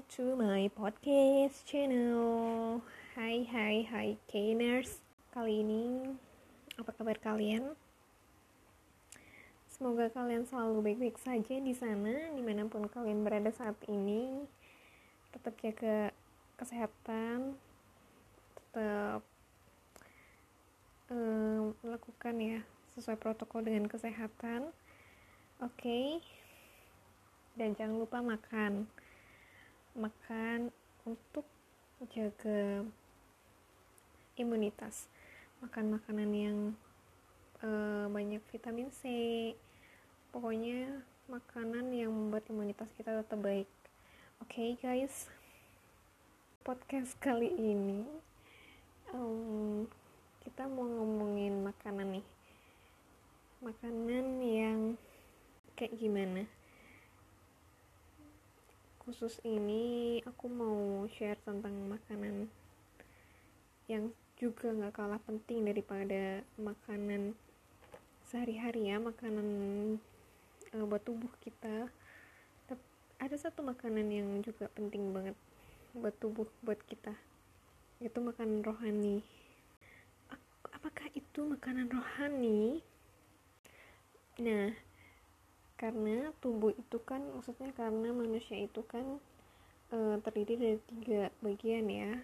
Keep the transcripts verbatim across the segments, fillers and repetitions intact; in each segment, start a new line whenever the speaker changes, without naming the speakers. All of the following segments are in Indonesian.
to my podcast channel. Hai hai hai Kaners. Kali ini apa kabar kalian? Semoga kalian selalu baik-baik saja di sana, dimanapun kalian berada saat ini. Tetap jaga kesehatan, tetap um, melakukan ya sesuai protokol dengan kesehatan. Oke. Okay. Dan jangan lupa makan. Makan untuk jaga imunitas. Makan makanan yang e, banyak vitamin C. Pokoknya makanan yang membuat imunitas kita tetap baik. Oke okay, guys, podcast kali ini um, kita mau ngomongin makanan nih. Makanan yang kayak gimana? Khusus ini aku mau share tentang makanan yang juga gak kalah penting daripada makanan sehari-hari ya, makanan e, buat tubuh kita. Ada satu makanan yang juga penting banget buat tubuh, buat kita, itu makanan rohani. Apakah itu makanan rohani? Nah, karena tubuh itu kan, maksudnya karena manusia itu kan e, terdiri dari tiga bagian ya,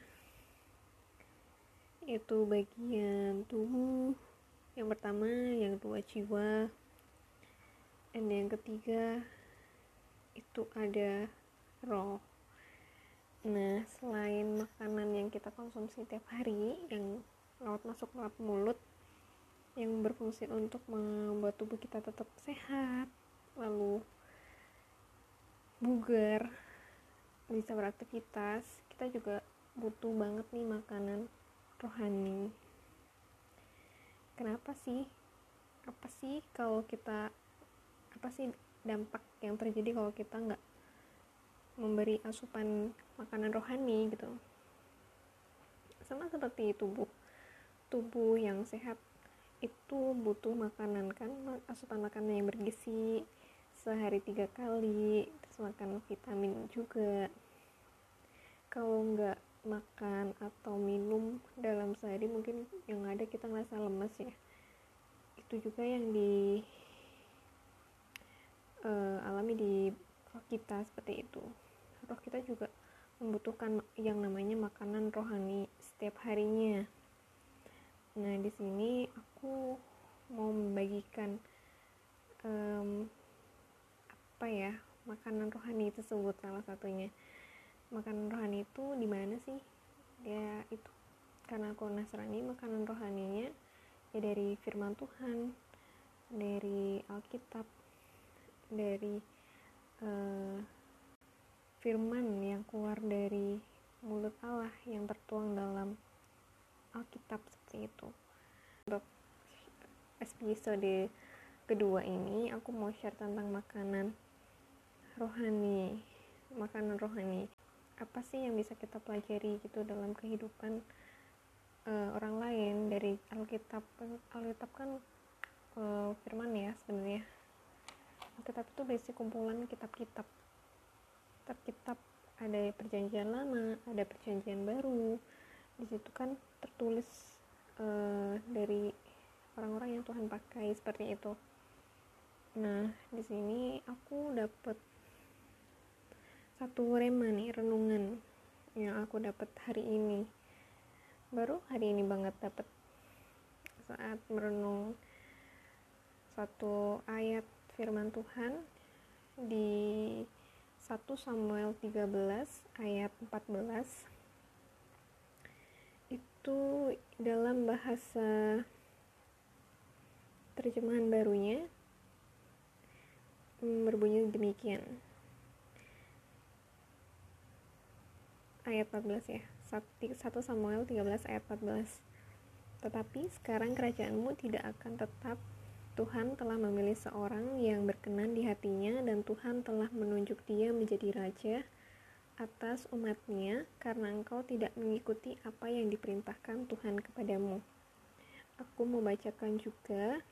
yaitu bagian tubuh yang pertama, yang kedua jiwa, dan yang ketiga itu ada roh. Nah, selain makanan yang kita konsumsi tiap hari yang lewat masuk lewat mulut, yang berfungsi untuk membuat tubuh kita tetap sehat, lalu bugar, bisa beraktivitas, kita juga butuh banget nih makanan rohani. Kenapa sih? Apa sih kalau kita, apa sih dampak yang terjadi kalau kita nggak memberi asupan makanan rohani gitu? Sama seperti tubuh, tubuh yang sehat itu butuh makanan kan, asupan makanan yang bergizi sehari tiga kali, terus makan vitamin juga. Kalau nggak makan atau minum dalam sehari, mungkin yang ada kita ngerasa lemas ya. Itu juga yang di uh, alami di roh kita, seperti itu. Roh kita juga membutuhkan yang namanya makanan rohani setiap harinya. Nah, di sini aku mau membagikan um, apa ya, makanan rohani tersebut. Salah satunya makanan rohani itu di mana sih? Dia itu karena aku Nasrani, makanan rohaninya ya dari firman Tuhan, dari Alkitab, dari uh, firman yang keluar dari mulut Allah yang tertuang dalam Alkitab, seperti itu. Untuk episode kedua ini aku mau share tentang makanan rohani. Makanan rohani apa sih yang bisa kita pelajari gitu dalam kehidupan uh, orang lain dari Alkitab. Alkitab kan uh, firman ya sebenarnya. Alkitab itu berisi kumpulan kitab-kitab. Kitab-kitab ada perjanjian lama, ada perjanjian baru. Di situ kan tertulis uh, dari orang-orang yang Tuhan pakai, seperti itu. Nah, di sini aku dapat satu rema nih, renungan yang aku dapat hari ini. Baru hari ini banget dapat saat merenung satu ayat firman Tuhan di satu Samuel tiga belas ayat empat belas. Itu dalam bahasa terjemahan barunya berbunyi demikian. Ayat empat belas ya, satu Samuel tiga belas ayat empat belas. Tetapi sekarang kerajaanmu tidak akan tetap. Tuhan telah memilih seorang yang berkenan di hatinya, dan Tuhan telah menunjuk dia menjadi raja atas umatnya, karena engkau tidak mengikuti apa yang diperintahkan Tuhan kepadamu. Aku membacakan juga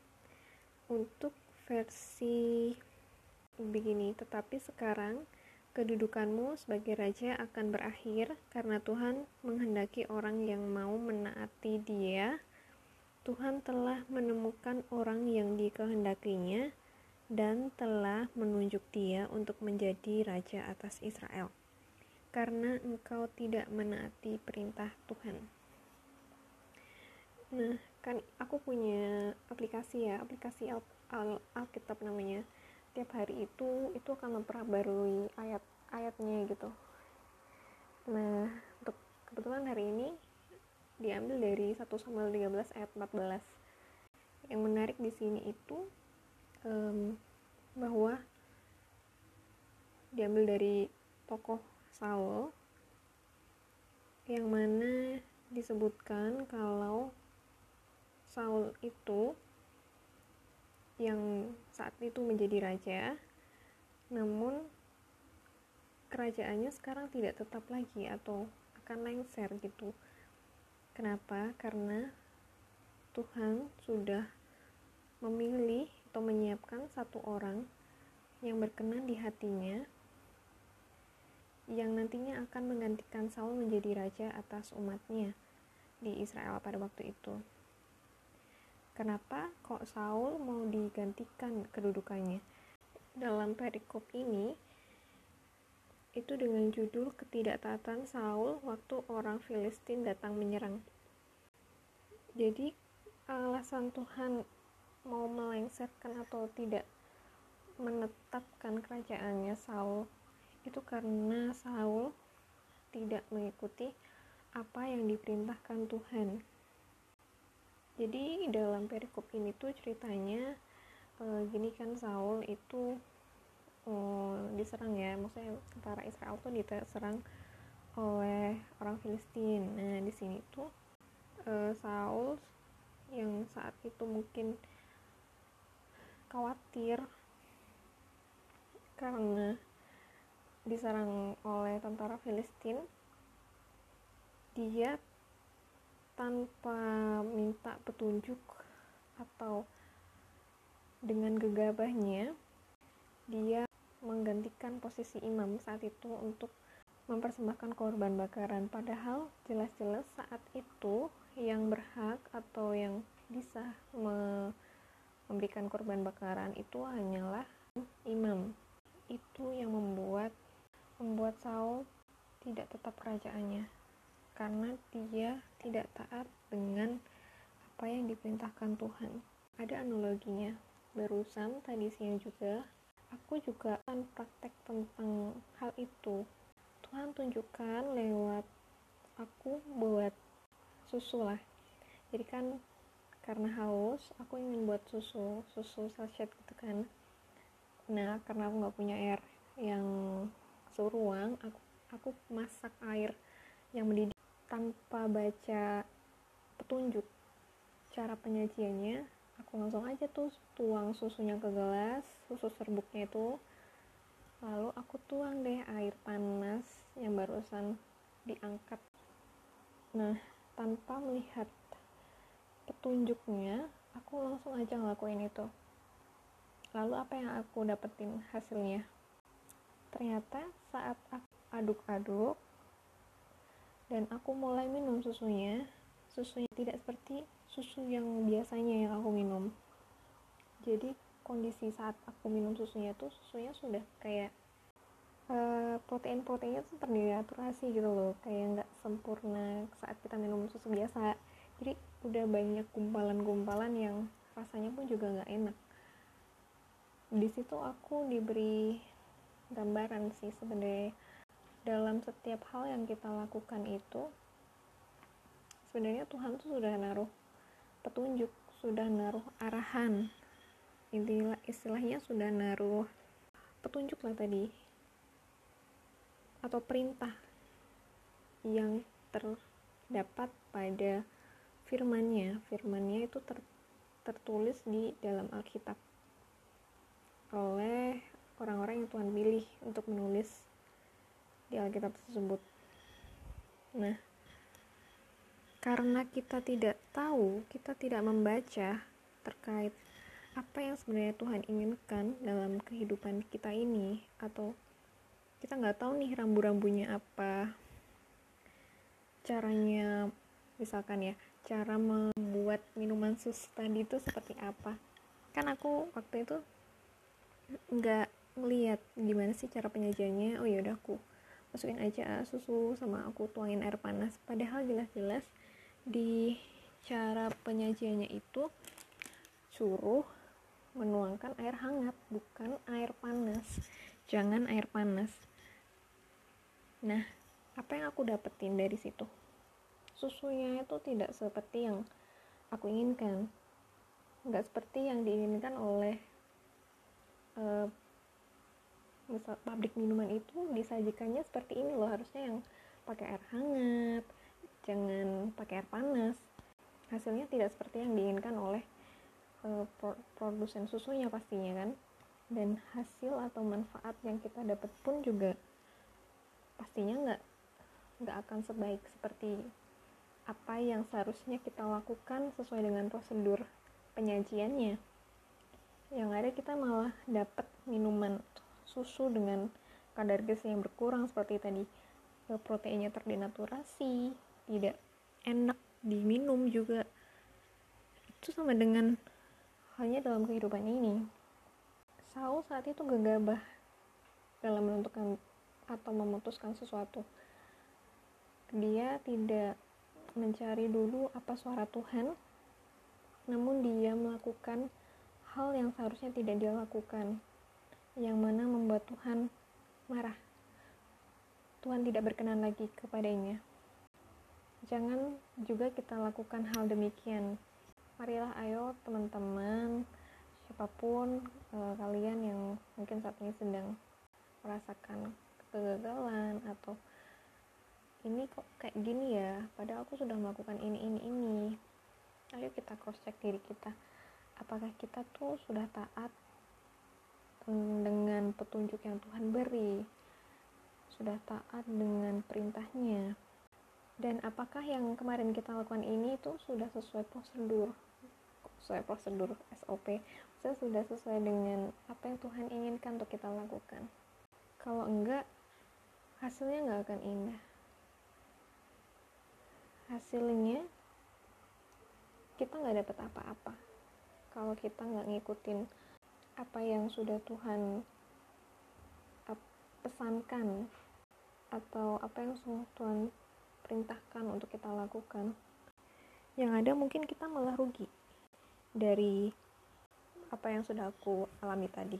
untuk versi begini. Tetapi sekarang Kedudukanmu sebagai raja akan berakhir karena Tuhan menghendaki orang yang mau menaati Dia. Tuhan telah menemukan orang yang dikehendakinya dan telah menunjuk Dia untuk menjadi raja atas Israel, karena engkau tidak menaati perintah Tuhan. Nah, kan aku punya aplikasi ya, aplikasi Al- Al- Alkitab namanya. Tiap hari itu itu akan memperbarui ayat-ayatnya gitu. Nah, untuk kebetulan hari ini diambil dari satu Samuel tiga belas ayat empat belas. Yang menarik di sini itu um, bahwa diambil dari tokoh Saul, yang mana disebutkan kalau Saul itu yang saat itu menjadi raja, namun kerajaannya sekarang tidak tetap lagi atau akan lengser gitu. Kenapa? Karena Tuhan sudah memilih atau menyiapkan satu orang yang berkenan di hatinya, yang nantinya akan menggantikan Saul menjadi raja atas umatnya di Israel pada waktu itu. Kenapa kok Saul mau digantikan kedudukannya? Dalam perikop ini, itu dengan judul ketidaktaatan Saul waktu orang Filistin datang menyerang. Jadi, alasan Tuhan mau melengsarkan atau tidak menetapkan kerajaannya Saul itu karena Saul tidak mengikuti apa yang diperintahkan Tuhan. Jadi dalam perikop ini tuh ceritanya e, gini kan, Saul itu e, diserang ya, maksudnya tentara Israel tuh diserang oleh orang Filistin. Nah di sini tuh e, Saul yang saat itu mungkin khawatir karena diserang oleh tentara Filistin, dia tanpa minta petunjuk atau dengan gegabahnya dia menggantikan posisi imam saat itu untuk mempersembahkan korban bakaran, padahal jelas-jelas saat itu yang berhak atau yang bisa me- memberikan korban bakaran itu hanyalah imam. Itu yang membuat membuat Saul tidak tetap kerajaannya, karena dia tidak taat dengan apa yang diperintahkan Tuhan. Ada analoginya. Barusan tadi siang juga aku juga akan praktek tentang hal itu. Tuhan tunjukkan lewat aku buat susu lah. Jadi kan karena haus, aku ingin buat susu, susu sachet gitu kan. Nah, karena aku nggak punya air yang seruang, aku aku masak air yang mendidih tanpa baca petunjuk cara penyajiannya. Aku langsung aja tuh tuang susunya ke gelas, susu serbuknya itu, lalu aku tuang deh air panas yang barusan diangkat. Nah, tanpa melihat petunjuknya, aku langsung aja ngelakuin itu. Lalu apa yang aku dapetin hasilnya? Ternyata saat aku aduk-aduk dan aku mulai minum susunya, susunya tidak seperti susu yang biasanya yang aku minum. Jadi kondisi saat aku minum susunya tuh, susunya sudah kayak uh, protein-proteinnya tuh terdenaturasi gitu loh, kayak nggak sempurna saat kita minum susu biasa. Jadi udah banyak gumpalan-gumpalan yang rasanya pun juga nggak enak. Di situ aku diberi gambaran sih sebenarnya, dalam setiap hal yang kita lakukan itu sebenarnya Tuhan tuh sudah naruh petunjuk, sudah naruh arahan, intinya istilahnya sudah naruh petunjuk lah tadi, atau perintah yang terdapat pada firman-Nya. Firman-Nya itu ter, tertulis di dalam Alkitab oleh orang-orang yang Tuhan pilih untuk menulis di Alkitab tersebut. Nah, karena kita tidak tahu, kita tidak membaca terkait apa yang sebenarnya Tuhan inginkan dalam kehidupan kita ini, atau kita nggak tahu nih rambu-rambunya apa, caranya, misalkan ya, cara membuat minuman susu tadi itu seperti apa. Kan aku waktu itu nggak ngeliat gimana sih cara penyajiannya. Oh yaudah, aku masukin aja susu sama aku tuangin air panas, padahal jelas-jelas di cara penyajiannya itu suruh menuangkan air hangat, bukan air panas. Jangan air panas. Nah, apa yang aku dapetin dari situ? Susunya itu tidak seperti yang aku inginkan, nggak seperti yang diinginkan oleh uh, misal pabrik minuman itu disajikannya seperti ini loh, harusnya yang pakai air hangat, jangan pakai air panas. Hasilnya tidak seperti yang diinginkan oleh uh, produsen susunya pastinya kan, dan hasil atau manfaat yang kita dapat pun juga pastinya nggak nggak akan sebaik seperti apa yang seharusnya kita lakukan sesuai dengan prosedur penyajiannya. Yang ada kita malah dapat minuman susu dengan kadar gizi yang berkurang seperti tadi, proteinnya terdenaturasi, tidak enak diminum juga. Itu sama dengan halnya dalam kehidupan ini. Saul saat itu gegabah dalam menentukan atau memutuskan sesuatu. Dia tidak mencari dulu apa suara Tuhan, namun dia melakukan hal yang seharusnya tidak dia lakukan, yang mana membuat Tuhan marah. Tuhan tidak berkenan lagi kepadanya. Jangan juga kita lakukan hal demikian. Marilah ayo teman-teman, siapapun eh, kalian yang mungkin saat ini sedang merasakan kegagalan atau ini kok kayak gini ya, padahal aku sudah melakukan ini, ini, ini. Ayo kita cross check diri kita. Apakah kita tuh sudah taat dengan petunjuk yang Tuhan beri? Sudah taat dengan perintahnya? Dan apakah yang kemarin kita lakukan ini tuh sudah sesuai prosedur? Sesuai prosedur S O P? Saya sudah sesuai dengan apa yang Tuhan inginkan untuk kita lakukan? Kalau enggak, hasilnya enggak akan indah. Hasilnya kita nggak dapat apa-apa kalau kita nggak ngikutin apa yang sudah Tuhan pesankan atau apa yang Tuhan perintahkan untuk kita lakukan. Yang ada mungkin kita malah rugi dari apa yang sudah aku alami tadi.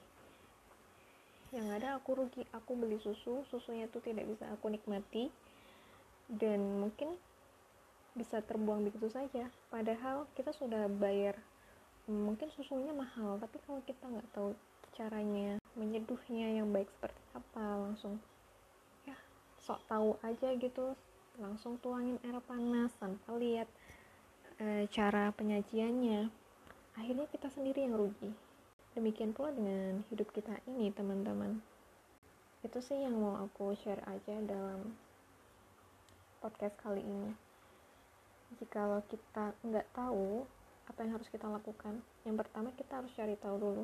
Yang ada aku rugi, aku beli susu, susunya itu tidak bisa aku nikmati, dan mungkin bisa terbuang begitu saja, padahal kita sudah bayar. Mungkin susunya mahal, tapi kalau kita nggak tahu caranya menyeduhnya yang baik seperti apa, langsung ya sok tahu aja gitu, langsung tuangin air panas tanpa lihat e, cara penyajiannya, akhirnya kita sendiri yang rugi. Demikian pula dengan hidup kita ini, teman-teman. Itu sih yang mau aku share aja dalam podcast kali ini. Jikalau kita nggak tahu apa yang harus kita lakukan, yang pertama kita harus cari tahu dulu,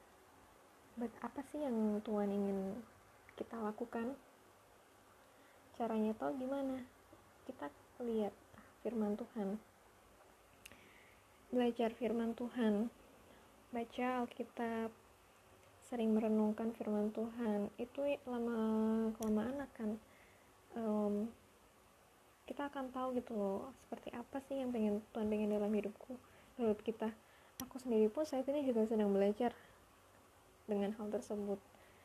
apa sih yang Tuhan ingin kita lakukan. Caranya tahu gimana? Kita lihat firman Tuhan, belajar firman Tuhan, baca Alkitab, sering merenungkan firman Tuhan. Itu lama kelamaan akan um, kita akan tahu gitu loh, seperti apa sih yang pengen Tuhan pengen dalam hidupku, hidup kita. Aku sendiri pun saat ini juga sedang belajar dengan hal tersebut.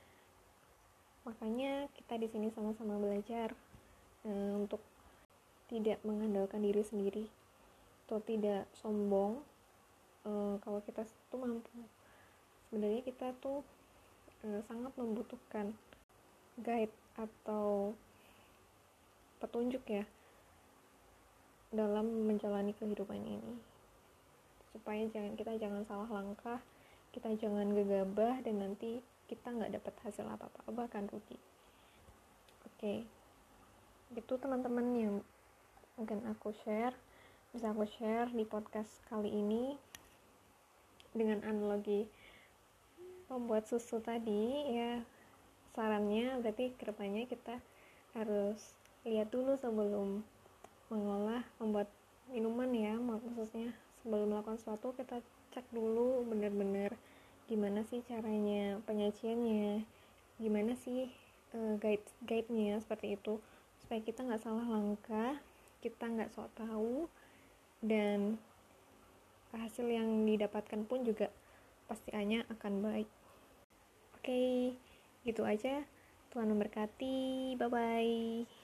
Makanya kita di sini sama-sama belajar eh, untuk tidak mengandalkan diri sendiri atau tidak sombong eh, kalau kita tuh mampu. Sebenarnya kita tuh eh, sangat membutuhkan guide atau petunjuk ya dalam menjalani kehidupan ini, supaya jangan kita jangan salah langkah, kita jangan gegabah, dan nanti kita nggak dapat hasil apa-apa, bahkan rugi. Oke, itu teman-teman yang mungkin aku share, bisa aku share di podcast kali ini dengan analogi membuat susu tadi ya. sarannya berarti kedepannya kita harus lihat dulu sebelum mengolah membuat minuman ya, maksudnya sebelum melakukan sesuatu kita cek dulu benar-benar gimana sih caranya penyajiannya, gimana sih uh, guide guide-nya seperti itu, supaya kita nggak salah langkah, kita nggak sok tahu, dan hasil yang didapatkan pun juga pastinya akan baik. Oke, gitu aja. Tuhan memberkati. Bye bye.